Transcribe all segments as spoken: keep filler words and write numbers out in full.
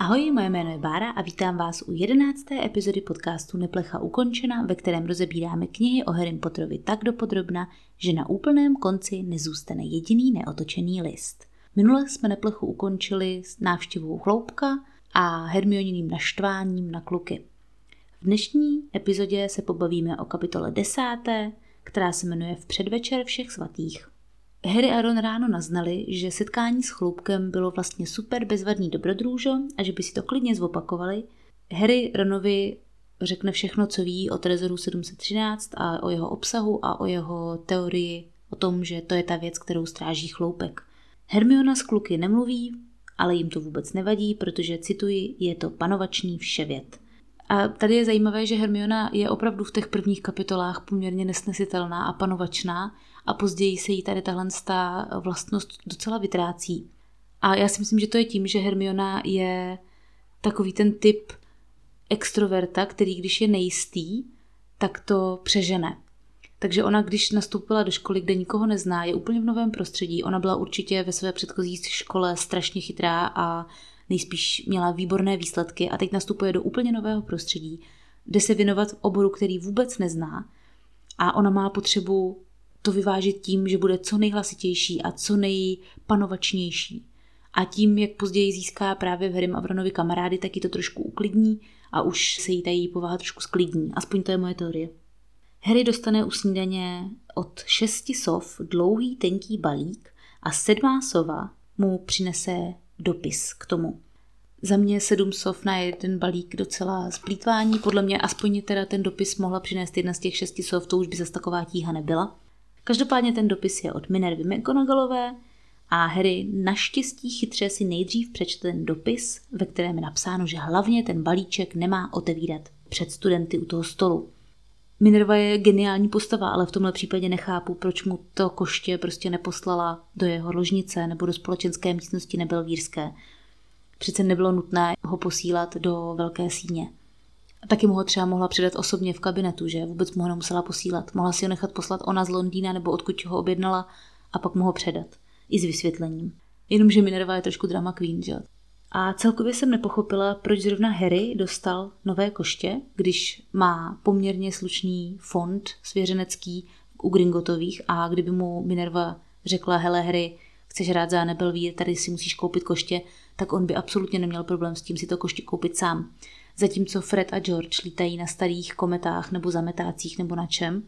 Ahoj, moje jméno je Bára a vítám vás u jedenácté epizody podcastu Neplecha ukončena, ve kterém rozebíráme knihy o Harrym Potterovi tak dopodrobna, že na úplném konci nezůstane jediný neotočený list. Minule jsme Neplechu ukončili s návštěvou Chloupka a Hermioniným naštváním na kluky. V dnešní epizodě se pobavíme o kapitole desáté, která se jmenuje V předvečer všech svatých. Harry a Ron ráno naznali, že setkání s Chloupkem bylo vlastně super bezvadný dobrodružo a že by si to klidně zopakovali. Harry Ronovi řekne všechno, co ví o Trezoru sedm set třináct a o jeho obsahu a o jeho teorii o tom, že to je ta věc, kterou stráží Chloupek. Hermiona s kluky nemluví, ale jim to vůbec nevadí, protože, cituji, je to panovačný vševěd. A tady je zajímavé, že Hermiona je opravdu v těch prvních kapitolách poměrně nesnesitelná a panovačná a později se jí tady tahle vlastnost docela vytrácí. A já si myslím, že to je tím, že Hermiona je takový ten typ extroverta, který když je nejistý, tak to přežene. Takže ona, když nastoupila do školy, kde nikoho nezná, je úplně v novém prostředí. Ona byla určitě ve své předchozí škole strašně chytrá a nejspíš měla výborné výsledky a teď nastupuje do úplně nového prostředí, jde se věnovat oboru, který vůbec nezná a ona má potřebu to vyvážit tím, že bude co nejhlasitější a co nejpanovačnější. A tím, jak později získá právě v Harrym a Ronovi kamarády, tak ji to trošku uklidní a už se jí ta její povaha trošku sklidní. Aspoň to je moje teorie. Harry dostane u snídaně od šesti sov dlouhý tenký balík a sedmá sova mu přinese dopis k tomu. Za mě sedm sov na jeden balík docela splýtvání, podle mě aspoň teda ten dopis mohla přinést jedna z těch šesti sov, to už by zas taková tíha nebyla. Každopádně ten dopis je od Minervy McGonagallové a Harry naštěstí chytře si nejdřív přečte ten dopis, ve kterém je napsáno, že hlavně ten balíček nemá otevírat před studenty u toho stolu. Minerva je geniální postava, ale v tomhle případě nechápu, proč mu to koště prostě neposlala do jeho ložnice nebo do společenské místnosti nebelvírské. Přece nebylo nutné ho posílat do velké síně. A taky mu ho třeba mohla předat osobně v kabinetu, že vůbec mu ho nemusela posílat. Mohla si ho nechat poslat ona z Londýna nebo odkud ho objednala a pak mu ho předat. I s vysvětlením. Jenomže Minerva je trošku drama queen, že? A celkově jsem nepochopila, proč zrovna Harry dostal nové koště, když má poměrně slušný fond svěřenecký u Gringottových a kdyby mu Minerva řekla, hele Harry, chceš hrát za Nebelvír, tady si musíš koupit koště, tak on by absolutně neměl problém s tím si to koště koupit sám. Zatímco Fred a George lítají na starých kometách nebo zametácích nebo na čem.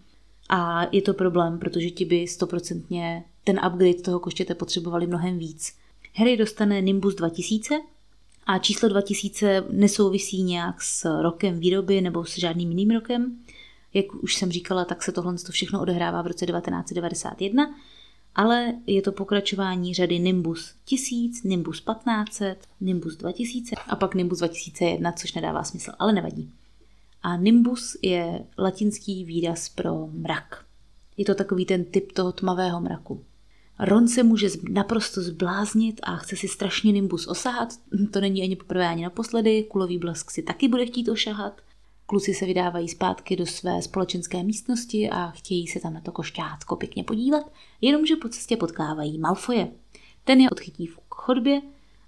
A je to problém, protože ti by stoprocentně ten upgrade toho koštěte potřebovali mnohem víc. Harry dostane Nimbus dva tisíce a číslo dva tisíce nesouvisí nějak s rokem výroby nebo s žádným jiným rokem. Jak už jsem říkala, tak se tohle všechno odehrává v roce devatenáct set devadesát jedna, ale je to pokračování řady Nimbus tisíc, Nimbus patnáct set, Nimbus dva tisíce a pak Nimbus dva tisíce jedna, což nedává smysl, ale nevadí. A Nimbus je latinský výraz pro mrak. Je to takový ten typ toho tmavého mraku. Ron se může naprosto zbláznit a chce si strašně Nimbus osahat. To není ani poprvé, ani naposledy. Kulový blesk si taky bude chtít ošahat. Kluci se vydávají zpátky do své společenské místnosti a chtějí se tam na to košťátko pěkně podívat, jenomže po cestě potkávají Malfoje. Ten je odchytí v chodbě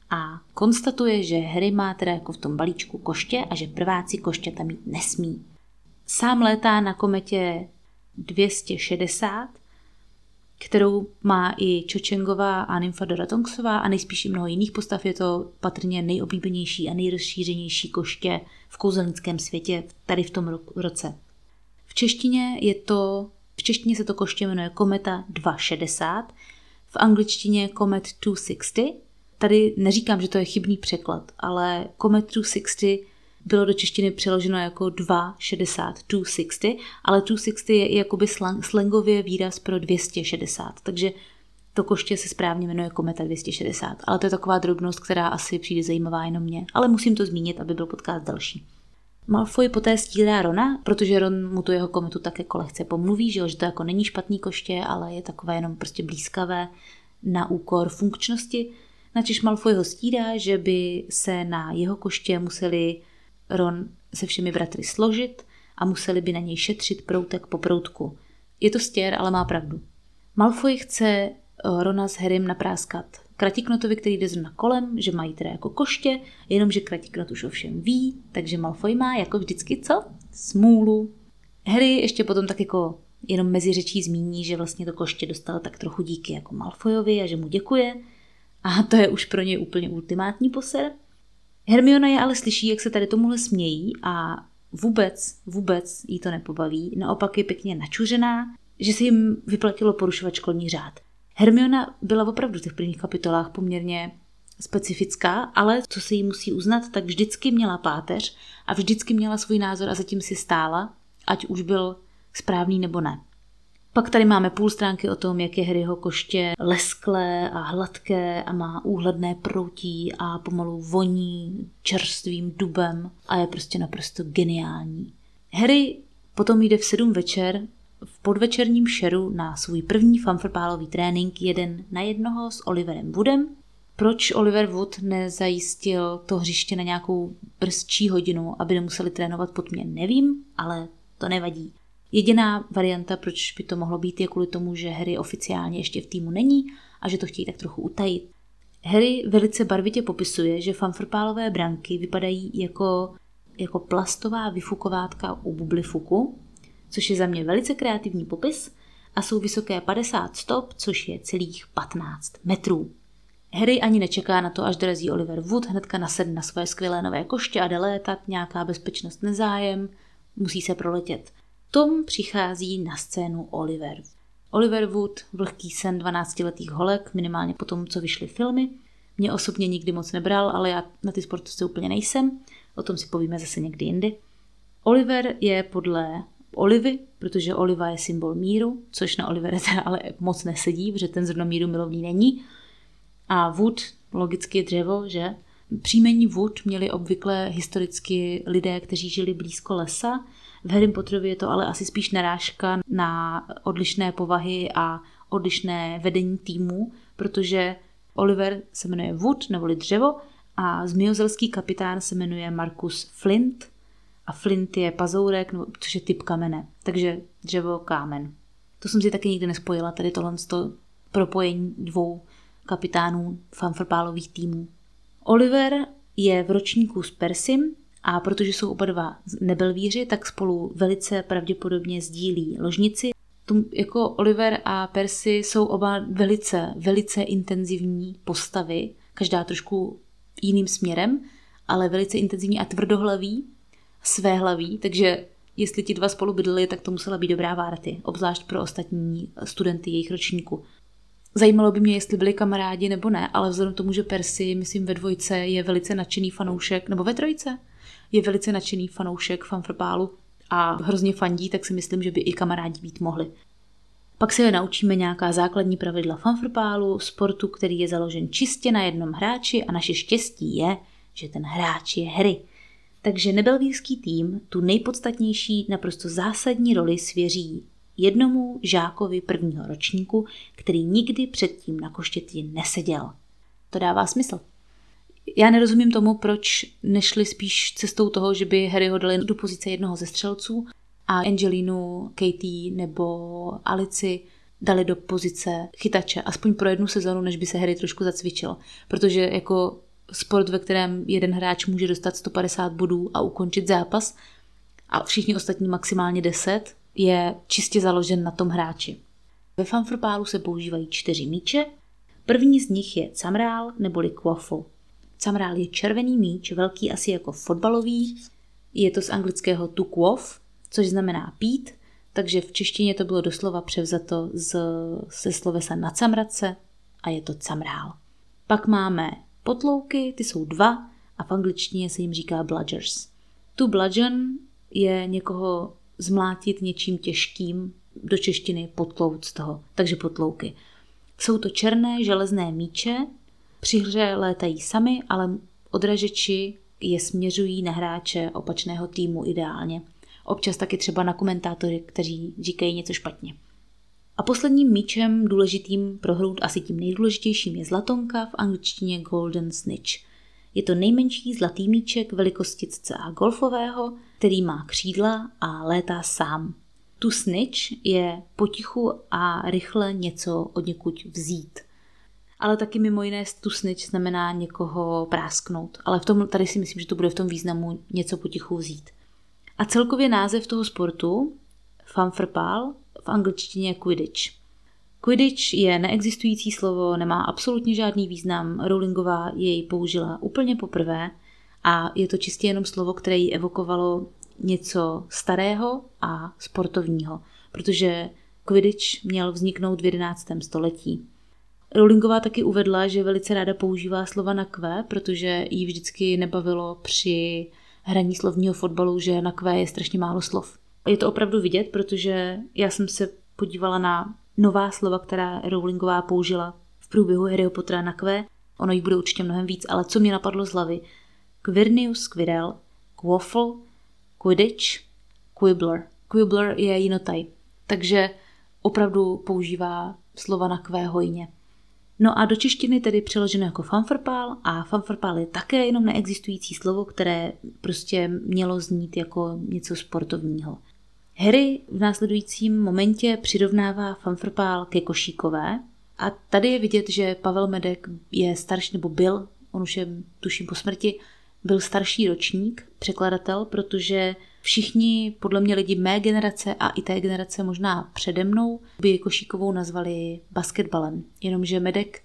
a konstatuje, že Harry má teda jako v tom balíčku koště a že prváci košťata mít nesmí. Sám létá na kometě dvě stě šedesát, kterou má i Cho-Changová a Nymphadora Tonksová a nejspíš i mnoho jiných postav. Je to patrně nejoblíbenější a nejrozšířenější koště v kouzelnickém světě tady v tom roce. V češtině, je to, v češtině se to koště jmenuje Kometa dvě stě šedesát, v angličtině Comet dvě stě šedesát. Tady neříkám, že to je chybný překlad, ale Comet dvě stě šedesát bylo do češtiny přeloženo jako dva šedesát, dvě stě šedesát, ale dvě stě šedesát je i jakoby slangově výraz pro dvě stě šedesát, takže to koště se správně jmenuje Kometa dvě stě šedesát, ale to je taková drobnost, která asi přijde zajímavá jenom mě, ale musím to zmínit, aby byl podcast další. Malfoy poté stírá Rona, protože Ron mu tu jeho kometu tak jako lehce pomluví, že to jako není špatný koště, ale je takové jenom prostě blízkavé na úkor funkčnosti, načež Malfoy ho stírá, že by se na jeho koště museli Ron se všemi bratry složit a museli by na něj šetřit proutek po proutku. Je to stěr, ale má pravdu. Malfoy chce Rona s Harrym napráskat Kratiknotovi, který jde zrovna kolem, že mají teda jako koště, jenomže Kratiknot už ovšem ví, takže Malfoy má jako vždycky co? Smůlu. Harry ještě potom tak jako jenom mezi řečí zmíní, že vlastně to koště dostal tak trochu díky jako Malfoyovi a že mu děkuje. A to je už pro něj úplně ultimátní poser. Hermiona je ale slyší, jak se tady tomuhle smějí a vůbec, vůbec jí to nepobaví. Naopak je pěkně načuřená, že se jim vyplatilo porušovat školní řád. Hermiona byla opravdu v těch prvních kapitolách poměrně specifická, ale co se jí musí uznat, tak vždycky měla páteř a vždycky měla svůj názor a zatím si stála, ať už byl správný nebo ne. Pak tady máme půl stránky o tom, jak je Harryho koště lesklé a hladké a má úhledné proutí a pomalu voní čerstvým dubem a je prostě naprosto geniální. Harry potom jde v sedm večer v podvečerním šeru na svůj první fanfrpálový trénink jeden na jednoho s Oliverem Woodem. Proč Oliver Wood nezajistil to hřiště na nějakou brzčí hodinu, aby nemuseli trénovat pod mě, nevím, ale to nevadí. Jediná varianta, proč by to mohlo být, je kvůli tomu, že Harry oficiálně ještě v týmu není a že to chtějí tak trochu utajit. Harry velice barvitě popisuje, že fanfrpálové branky vypadají jako, jako plastová vyfukovátka u bublifuku, což je za mě velice kreativní popis a jsou vysoké padesát stop, což je celých patnáct metrů. Harry ani nečeká na to, až dorazí Oliver Wood, hnedka nasedne na svoje skvělé nové koště a jde létat, nějaká bezpečnost nezájem, musí se proletět. Tom přichází na scénu Oliver. Oliver Wood, vlhký sen dvanáctiletých holek, minimálně po tom, co vyšly filmy. Mě osobně nikdy moc nebral, ale já na ty sportovce úplně nejsem. O tom si povíme zase někdy jindy. Oliver je podle Olivy, protože Oliva je symbol míru, což na Olivera ale moc nesedí, protože ten zrovna míru milovný není. A Wood, logicky je dřevo, že? Příjmení Wood měli obvykle historicky lidé, kteří žili blízko lesa. V Harrym Potterovi je to ale asi spíš narážka na odlišné povahy a odlišné vedení týmu, protože Oliver se jmenuje Wood neboli dřevo a zmiozelský kapitán se jmenuje Marcus Flint a Flint je pazourek, což je typ kamene, takže dřevo, kámen. To jsem si taky nikdy nespojila, tady tohle to propojení dvou kapitánů fanfrpálových týmů. Oliver je v ročníku s Percym a protože jsou oba dva nebelvíři, tak spolu velice pravděpodobně sdílí ložnici. Tom, jako Oliver a Percy jsou oba velice, velice intenzivní postavy, každá trošku jiným směrem, ale velice intenzivní a tvrdohlaví, svéhlaví, takže jestli ti dva spolu bydleli, tak to musela být dobrá várty, obzvlášť pro ostatní studenty jejich ročníku. Zajímalo by mě, jestli byli kamarádi nebo ne, ale vzhledem k tomu, že Percy, myslím ve dvojce, je velice nadšený fanoušek, nebo ve trojce, je velice nadšený fanoušek fanfrpálu a hrozně fandí, tak si myslím, že by i kamarádi být mohli. Pak se naučíme nějaká základní pravidla fanfrpálu, sportu, který je založen čistě na jednom hráči a naše štěstí je, že ten hráč je Harry. Takže nebelvírský tým tu nejpodstatnější, naprosto zásadní roli svěří jednomu žákovi prvního ročníku, který nikdy předtím na koštěti neseděl. To dává smysl. Já nerozumím tomu, proč nešli spíš cestou toho, že by Harryho dali do pozice jednoho ze střelců a Angelinu, Katie nebo Alici dali do pozice chytače, aspoň pro jednu sezonu, než by se Harry trošku zacvičil. Protože jako sport, ve kterém jeden hráč může dostat sto padesát bodů a ukončit zápas a všichni ostatní maximálně deset, je čistě založen na tom hráči. Ve fanfrpálu se používají čtyři míče. První z nich je camrál neboli quaffle. Camrál je červený míč, velký asi jako fotbalový. Je to z anglického to quaff, což znamená pít, takže v češtině to bylo doslova převzato z, ze slovesa nacamrat se a je to camrál. Pak máme potlouky, ty jsou dva a v angličtině se jim říká bludgers. To bludgeon je někoho zmlátit něčím těžkým, do češtiny potlout z toho, takže potlouky. Jsou to černé železné míče, při hře létají sami, ale odražeči je směřují na hráče opačného týmu ideálně. Občas taky třeba na komentátory, kteří říkají něco špatně. A posledním míčem důležitým pro hru, asi tím nejdůležitějším, je zlatonka, v angličtině golden snitch. Je to nejmenší zlatý míček velikosti cca golfového, který má křídla a létá sám. Tu snitch je potichu a rychle něco odněkud vzít. ale taky mimo jiné to snitch znamená někoho prásknout. Ale v tom, tady si myslím, že to bude v tom významu něco potichu vzít. A celkově název toho sportu, fanfrpál, v angličtině Quidditch. Quidditch je neexistující slovo, nemá absolutně žádný význam, Rowlingová jej použila úplně poprvé a je to čistě jenom slovo, které jí evokovalo něco starého a sportovního, protože Quidditch měl vzniknout v jedenáctém století. Rowlingová taky uvedla, že velice ráda používá slova na Q, protože jí vždycky nebavilo při hraní slovního fotbalu, že na Q je strašně málo slov. Je to opravdu vidět, protože já jsem se podívala na nová slova, která Rowlingová použila v průběhu Harryho Pottera na Q. Ono jich bude určitě mnohem víc, ale co mě napadlo z hlavy? Quirinius, Quirrell, Quaffle, Quidditch, Quibbler. Quibbler je jinotaj, takže opravdu používá slova na Q hojně. No a do češtiny tedy přeloženo jako fanfrpál a fanfrpál je také jenom neexistující slovo, které prostě mělo znít jako něco sportovního. Harry v následujícím momentě přirovnává fanfrpál ke košíkové a tady je vidět, že Pavel Medek je starší, nebo byl, on už je tuším po smrti, byl starší ročník, překladatel, protože všichni, podle mě lidi mé generace a i té generace možná přede mnou, by košíkovou nazvali basketbalem, jenomže Medek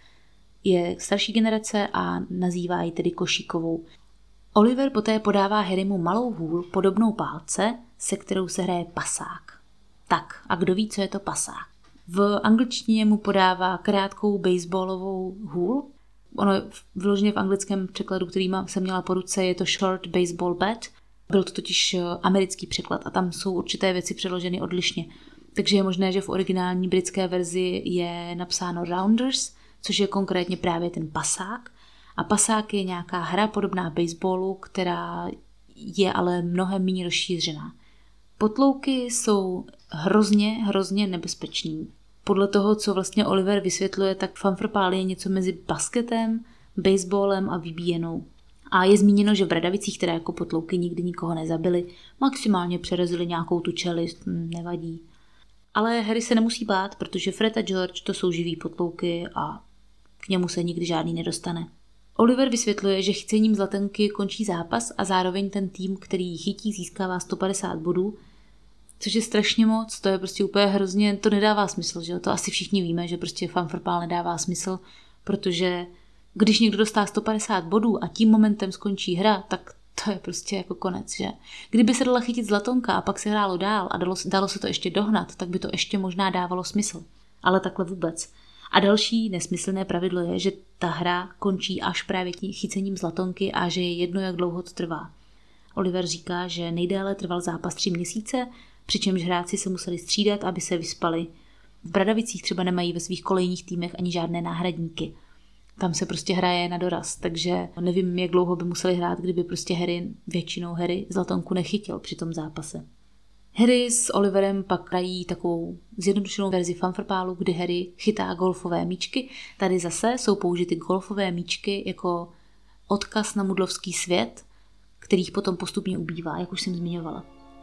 je starší generace a nazývá ji tedy košíkovou. Oliver poté podává Harrymu malou hůl podobnou pálce, se kterou se hraje pasák. Tak, a kdo ví, co je to pasák? V angličtině mu podává krátkou baseballovou hůl. Ono vyloženě v anglickém překladu, který jsem měla po ruce, je to short baseball bat. Byl to totiž americký překlad a tam jsou určité věci přeloženy odlišně. Takže je možné, že v originální britské verzi je napsáno rounders, což je konkrétně právě ten pasák. A pasák je nějaká hra podobná baseballu, která je ale mnohem méně rozšířená. Potlouky jsou hrozně, hrozně nebezpečný. Podle toho, co vlastně Oliver vysvětluje, tak fanfrpál je něco mezi basketem, baseballem a vybíjenou. A je zmíněno, že v Bradavicích, které jako potlouky nikdy nikoho nezabili, maximálně přerazili nějakou tu čelist, nevadí. Ale Harry se nemusí bát, protože Fred a George to jsou živý potlouky a k němu se nikdy žádný nedostane. Oliver vysvětluje, že chycením zlatenky končí zápas a zároveň ten tým, který ji chytí, získává sto padesát bodů, což je strašně moc, to je prostě úplně hrozně, to nedává smysl, že jo? To asi všichni víme, že prostě fanfrpál nedává smysl, protože když někdo dostá sto padesát bodů a tím momentem skončí hra, tak to je prostě jako konec, že? Kdyby se dala chytit zlatonka a pak se hrálo dál a dalo, dalo se to ještě dohnat, tak by to ještě možná dávalo smysl. Ale takhle vůbec. A další nesmyslné pravidlo je, že ta hra končí až právě tím chycením zlatonky a že je jedno, jak dlouho to trvá. Oliver říká, že nejdéle trval zápas tři měsíce, přičemž hráči se museli střídat, aby se vyspali. V Bradavicích třeba nemají ve svých kolejních týmech ani žádné náhradníky. Tam se prostě hraje na doraz, takže nevím, jak dlouho by museli hrát, kdyby prostě Harry, většinou Harry, zlatonku nechytil při tom zápase. Harry s Oliverem pak hrají takovou zjednodušenou verzi fanfrpálu, kdy Harry chytá golfové míčky. Tady zase jsou použity golfové míčky jako odkaz na mudlovský svět, kterých potom postupně ubývá, jak už jsem zmiňovala.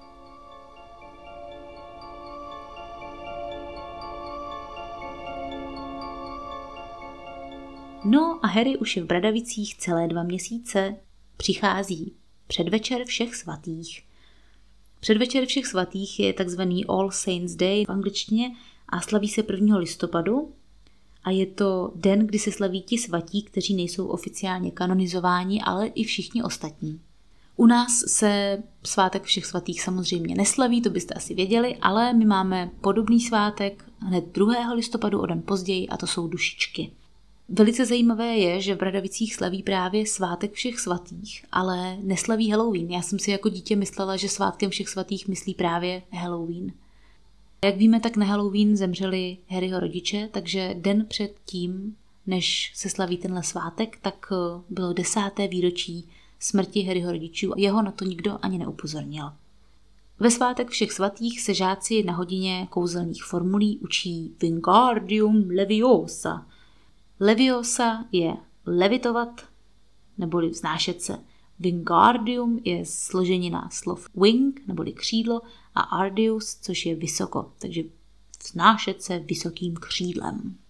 No a Harry už je v Bradavicích celé dva měsíce. Přichází předvečer všech svatých. Předvečer všech svatých je takzvaný All Saints Day v angličtině a slaví se prvního listopadu a je to den, kdy se slaví ti svatí, kteří nejsou oficiálně kanonizováni, ale i všichni ostatní. U nás se svátek všech svatých samozřejmě neslaví, to byste asi věděli, ale my máme podobný svátek hned druhého listopadu o den později a to jsou dušičky. Velice zajímavé je, že v Bradavicích slaví právě svátek všech svatých, ale neslaví Halloween. Já jsem si jako dítě myslela, že svátkem všech svatých myslí právě Halloween. Jak víme, tak na Halloween zemřeli Harryho rodiče, takže den před tím, než se slaví tenhle svátek, tak bylo desáté výročí smrti Harryho rodičů a jeho na to nikdo ani neupozornil. Ve svátek všech svatých se žáci na hodině kouzelných formulí učí Wingardium Leviosa. Leviosa je levitovat, neboli vznášet se. Wingardium je složenina slov wing, neboli křídlo, a ardius, což je vysoko, takže vznášet se vysokým křídlem.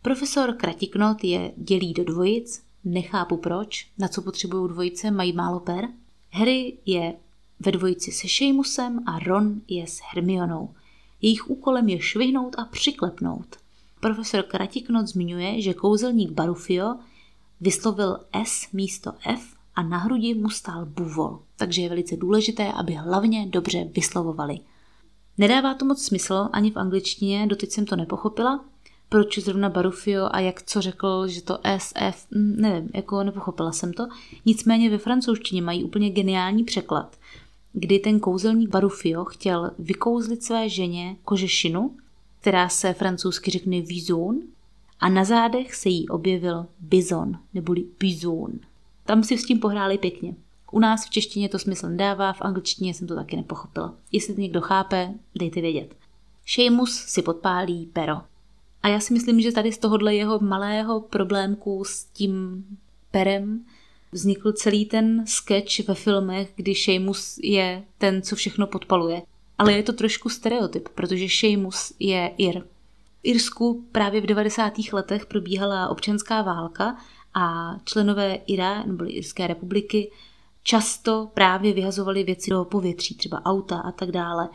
Profesor Kratiknot je dělí do dvojic, nechápu proč, na co potřebují dvojice, mají málo per. Harry je ve dvojici se Seamusem a Ron je s Hermionou. Jejich úkolem je švihnout a přiklepnout. Profesor Kratiknot zmiňuje, že kouzelník Barufio vyslovil S místo F a na hrudi mu stál buvol, takže je velice důležité, aby hlavně dobře vyslovovali. Nedává to moc smysl ani v angličtině, doteď jsem to nepochopila, proč zrovna Barufio a jak co řekl, že to S, F, nevím, jako nepochopila jsem to. Nicméně ve francouzštině mají úplně geniální překlad, kdy ten kouzelník Barufio chtěl vykouzlit své ženě kožešinu, která se francouzsky řekne vizon, a na zádech se jí objevil bizon, neboli bizon. Tam si s tím pohráli pěkně. U nás v češtině to smysl nedává, v angličtině jsem to taky nepochopila. Jestli to někdo chápe, dejte vědět. Seamus si podpálí pero. A já si myslím, že tady z tohohle jeho malého problémku s tím perem vznikl celý ten sketch ve filmech, kdy Seamus je ten, co všechno podpaluje. Ale je to trošku stereotyp, protože Seamus je Ir. V Irsku právě v devadesátých letech probíhala občanská válka a členové Ira, nebo Irské republiky, často právě vyhazovali věci do povětří, třeba auta a tak dále.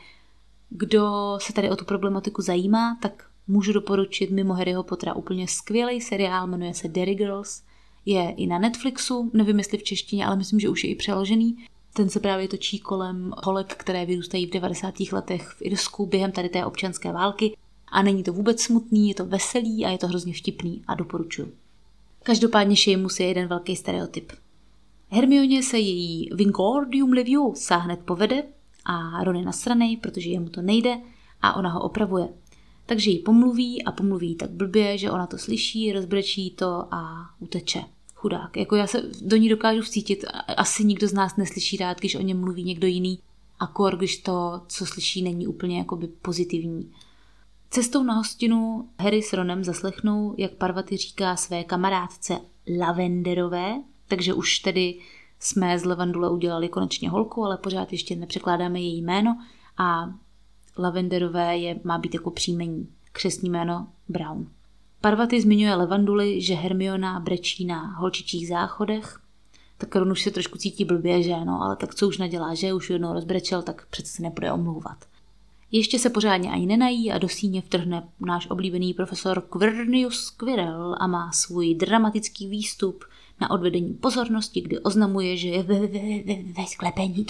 Kdo se tady o tu problematiku zajímá, tak můžu doporučit mimo Harryho Pottera úplně skvělý seriál, jmenuje se Derry Girls. Je i na Netflixu, nevím jestli v češtině, ale myslím, že už je i přeložený. Ten se právě točí kolem holek, které vyrůstají v devadesátých letech v Irsku během tady té občanské války. A není to vůbec smutný, je to veselý a je to hrozně vtipný a doporučuji. Každopádně Seamus je jeden velký stereotyp. Hermioně se její Wingardium Leviosa hned povede a Ron je nasranej, protože jemu to nejde a ona ho opravuje. Takže ji pomluví a pomluví tak blbě, že ona to slyší, rozbrečí to a uteče. Chudák. Jako já se do ní dokážu vcítit, asi nikdo z nás neslyší rád, když o něm mluví někdo jiný, akor, když to, co slyší, není úplně jakoby pozitivní. Cestou na hostinu Harry s Ronem zaslechnou, jak Parvati říká své kamarádce Lavenderové, takže už tedy jsme z Levandule udělali konečně holku, ale pořád ještě nepřekládáme její jméno a Lavenderové je, má být jako příjmení, křestní jméno Brown. Parvati zmiňuje Levanduli, že Hermiona brečí na holčičích záchodech, tak Ron už se trošku cítí blbě, že no, ale tak co už nadělá, že už jednou rozbrečel, tak přece se nebude omlouvat. Ještě se pořádně ani nenají a do síně vtrhne náš oblíbený profesor Quirinius Quirrell a má svůj dramatický výstup na odvedení pozornosti, kdy oznamuje, že je ve, ve, ve, ve sklepení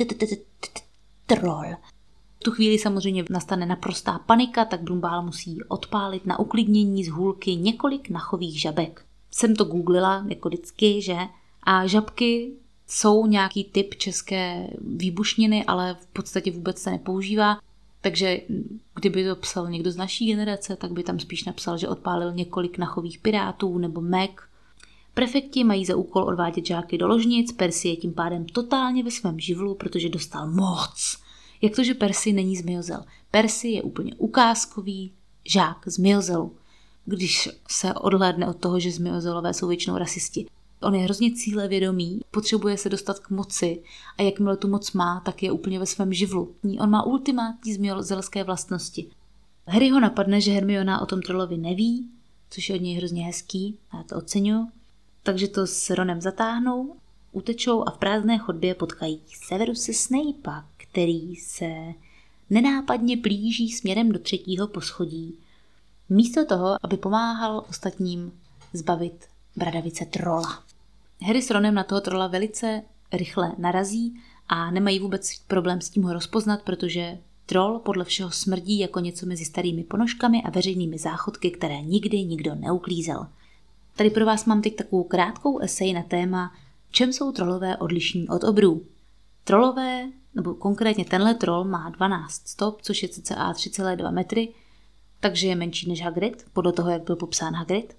troll. V tu chvíli samozřejmě nastane naprostá panika, tak Brumbál musí odpálit na uklidnění z hůlky několik nachových žabek. Jsem to googlila, jako vždycky, že? A žabky jsou nějaký typ české výbušniny, ale v podstatě vůbec se nepoužívá. Takže kdyby to psal někdo z naší generace, tak by tam spíš napsal, že odpálil několik nachových pirátů nebo Meg. Prefekti mají za úkol odvádět žáky do ložnic, Percy je tím pádem totálně ve svém živlu, protože dostal moc. Jak to, že Percy není zmiozel? Percy je úplně ukázkový žák zmiozelu, když se odhlédne od toho, že zmiozelové jsou většinou rasisti. On je hrozně cílevědomý, potřebuje se dostat k moci a jakmile tu moc má, tak je úplně ve svém živlu. On má ultimátní zmiozelské vlastnosti. Harry ho napadne, že Hermiona o tom trollovi neví, což je od něj hrozně hezký, a já to oceňuji. Takže to s Ronem zatáhnou, utečou a v prázdné chodbě potkají Severuse Snape'a, který se nenápadně blíží směrem do třetího poschodí. Místo toho, aby pomáhal ostatním zbavit bradavice trola. Harry s Ronem na toho trola velice rychle narazí a nemají vůbec problém s tím ho rozpoznat, protože troll podle všeho smrdí jako něco mezi starými ponožkami a veřejnými záchodky, které nikdy nikdo neuklízel. Tady pro vás mám teď takovou krátkou esej na téma, čem jsou trollové odlišní od obrů. Trollové, nebo konkrétně tenhle troll má dvanáct stop, což je cca tři celé dva metry, takže je menší než Hagrid, podle toho, jak byl popsán Hagrid.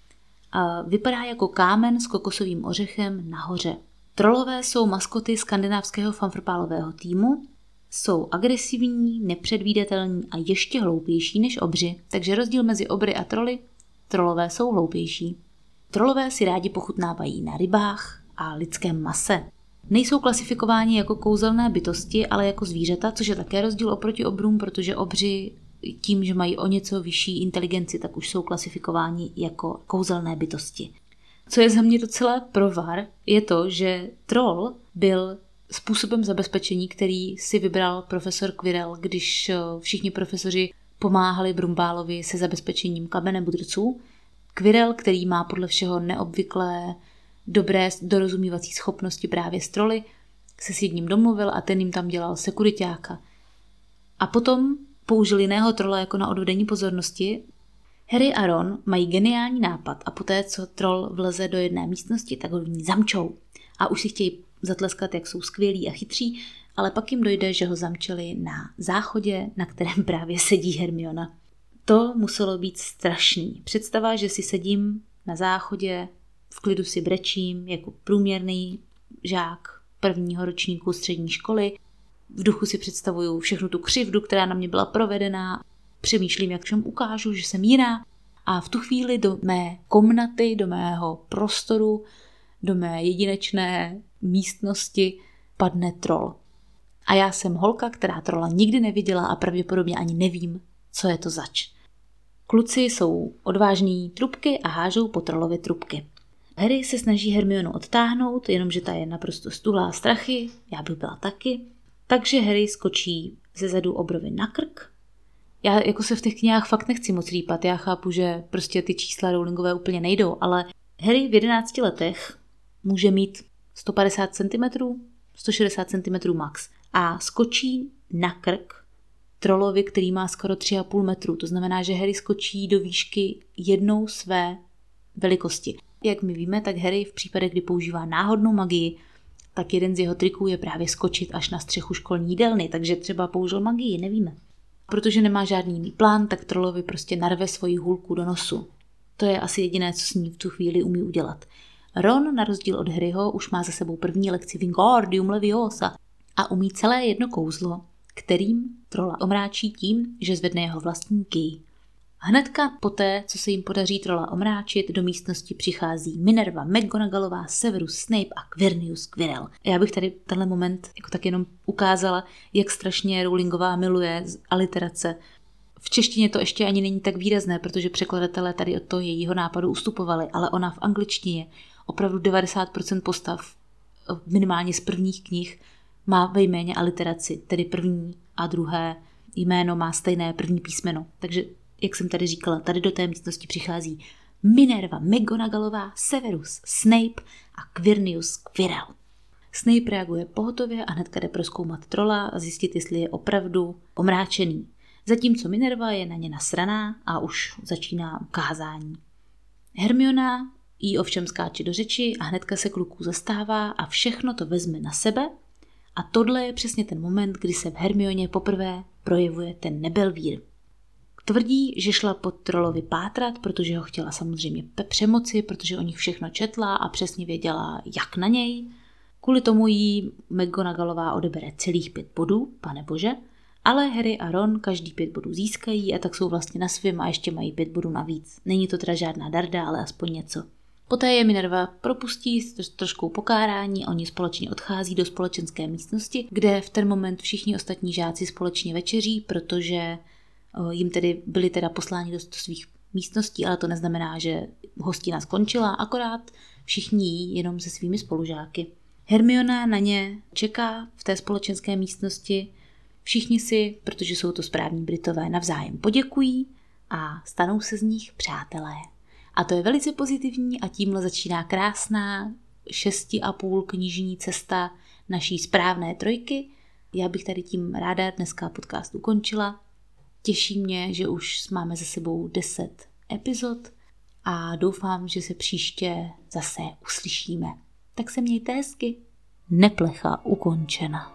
A vypadá jako kámen s kokosovým ořechem nahoře. Trollové jsou maskoty skandinávského fanfrpálového týmu, jsou agresivní, nepředvídatelní a ještě hloupější než obři, takže rozdíl mezi obry a troly, trollové jsou hloupější. Trollové si rádi pochutnávají na rybách a lidském mase. Nejsou klasifikováni jako kouzelné bytosti, ale jako zvířata, což je také rozdíl oproti obrům, protože obři tím, že mají o něco vyšší inteligenci, tak už jsou klasifikováni jako kouzelné bytosti. Co je za mě docela provar, je to, že troll byl způsobem zabezpečení, který si vybral profesor Quirrell, když všichni profesoři pomáhali Brumbálovi se zabezpečením kamene mudrců. Quirrell, který má podle všeho neobvyklé dobré dorozumívací schopnosti právě s troly, se s jedním domluvil a ten jim tam dělal sekuriťáka. A potom použil jiného trola jako na odvedení pozornosti. Harry a Ron mají geniální nápad a poté, co troll vleze do jedné místnosti, tak ho v ní zamčou. A už si chtějí zatleskat, jak jsou skvělí a chytří, ale pak jim dojde, že ho zamčeli na záchodě, na kterém právě sedí Hermiona. To muselo být strašný. Představa, že si sedím na záchodě, v klidu si brečím, jako průměrný žák prvního ročníku střední školy. V duchu si představuju všechnu tu křivdu, která na mě byla provedena. Přemýšlím, jak všem ukážu, že jsem jiná. A v tu chvíli do mé komnaty, do mého prostoru, do mé jedinečné místnosti padne troll. A já jsem holka, která trola nikdy neviděla a pravděpodobně ani nevím, co je to zač. Kluci jsou odvážní trubky a hážou po trollovi trubky. Harry se snaží Hermionu odtáhnout, jenomže ta je naprosto stulá strachy, já bych byla taky. Takže Harry skočí ze zadu obrovi na krk. Já jako se v těch knihách fakt nechci moc rýpat, já chápu, že prostě ty čísla Rowlingové úplně nejdou, ale Harry v jedenácti letech může mít sto padesát centimetrů, sto šedesát centimetrů max a skočí na krk trollovi, který má skoro tři a půl metru. To znamená, že Harry skočí do výšky jednou své velikosti. Jak my víme, tak Harry v případech, kdy používá náhodnou magii, tak jeden z jeho triků je právě skočit až na střechu školní jídelny, takže třeba použil magii, nevíme. Protože nemá žádný jiný plán, tak trollovi prostě narve svoji hůlku do nosu. To je asi jediné, co s ní v tu chvíli umí udělat. Ron, na rozdíl od Harryho, už má za sebou první lekci Wingardium Leviosa a umí celé jedno kouzlo, kterým trola omráčí tím, že zvedne jeho vlastní kij. Hnedka poté, co se jim podaří trola omráčit, do místnosti přichází Minerva McGonagallová, Severus Snape a Quirinius Quirrell. Já bych tady tenhle moment jako tak jenom ukázala, jak strašně Rowlingová miluje aliterace. V češtině to ještě ani není tak výrazné, protože překladatelé tady od toho jejího nápadu ustupovali, ale ona v angličtině opravdu devadesát procent postav, minimálně z prvních knih, má ve jméně aliteraci, tedy první a druhé jméno má stejné první písmeno. Takže jak jsem tady říkala, tady do té místnosti přichází Minerva McGonagallová, Severus Snape a Quirinius Quirrell. Snape reaguje pohotově a hnedka jde prozkoumat trola a zjistit, jestli je opravdu omráčený. Zatímco Minerva je na ně nasraná a už začíná ukázání. Hermiona jí ovšem skáče do řeči a hnedka se kluků zastává a všechno to vezme na sebe. A tohle je přesně ten moment, kdy se v Hermioně poprvé projevuje ten nebelvír. Tvrdí, že šla po trollovi pátrat, protože ho chtěla samozřejmě přemoci, protože o nich všechno četla a přesně věděla, jak na něj. Kvůli tomu jí McGonagallová odebere celých pět bodů, panebože, ale Harry a Ron každý pět bodů získají a tak jsou vlastně na svém a ještě mají pět bodů navíc. Není to teda žádná darda, ale aspoň něco. Poté je Minerva propustí s troškou pokárání, oni společně odchází do společenské místnosti, kde v ten moment všichni ostatní žáci společně večeří, protože jim tedy byli teda posláni do svých místností, ale to neznamená, že hostina skončila, akorát všichni jí jenom se svými spolužáky. Hermiona na ně čeká v té společenské místnosti, všichni si, protože jsou to správní Britové, navzájem poděkují a stanou se z nich přátelé. A to je velice pozitivní a tímhle začíná krásná šesti a půl knižní cesta naší správné trojky. Já bych tady tím ráda dneska podcast ukončila. Těší mě, že už máme za sebou deset epizod a doufám, že se příště zase uslyšíme. Tak se mějte hezky. Neplecha ukončena.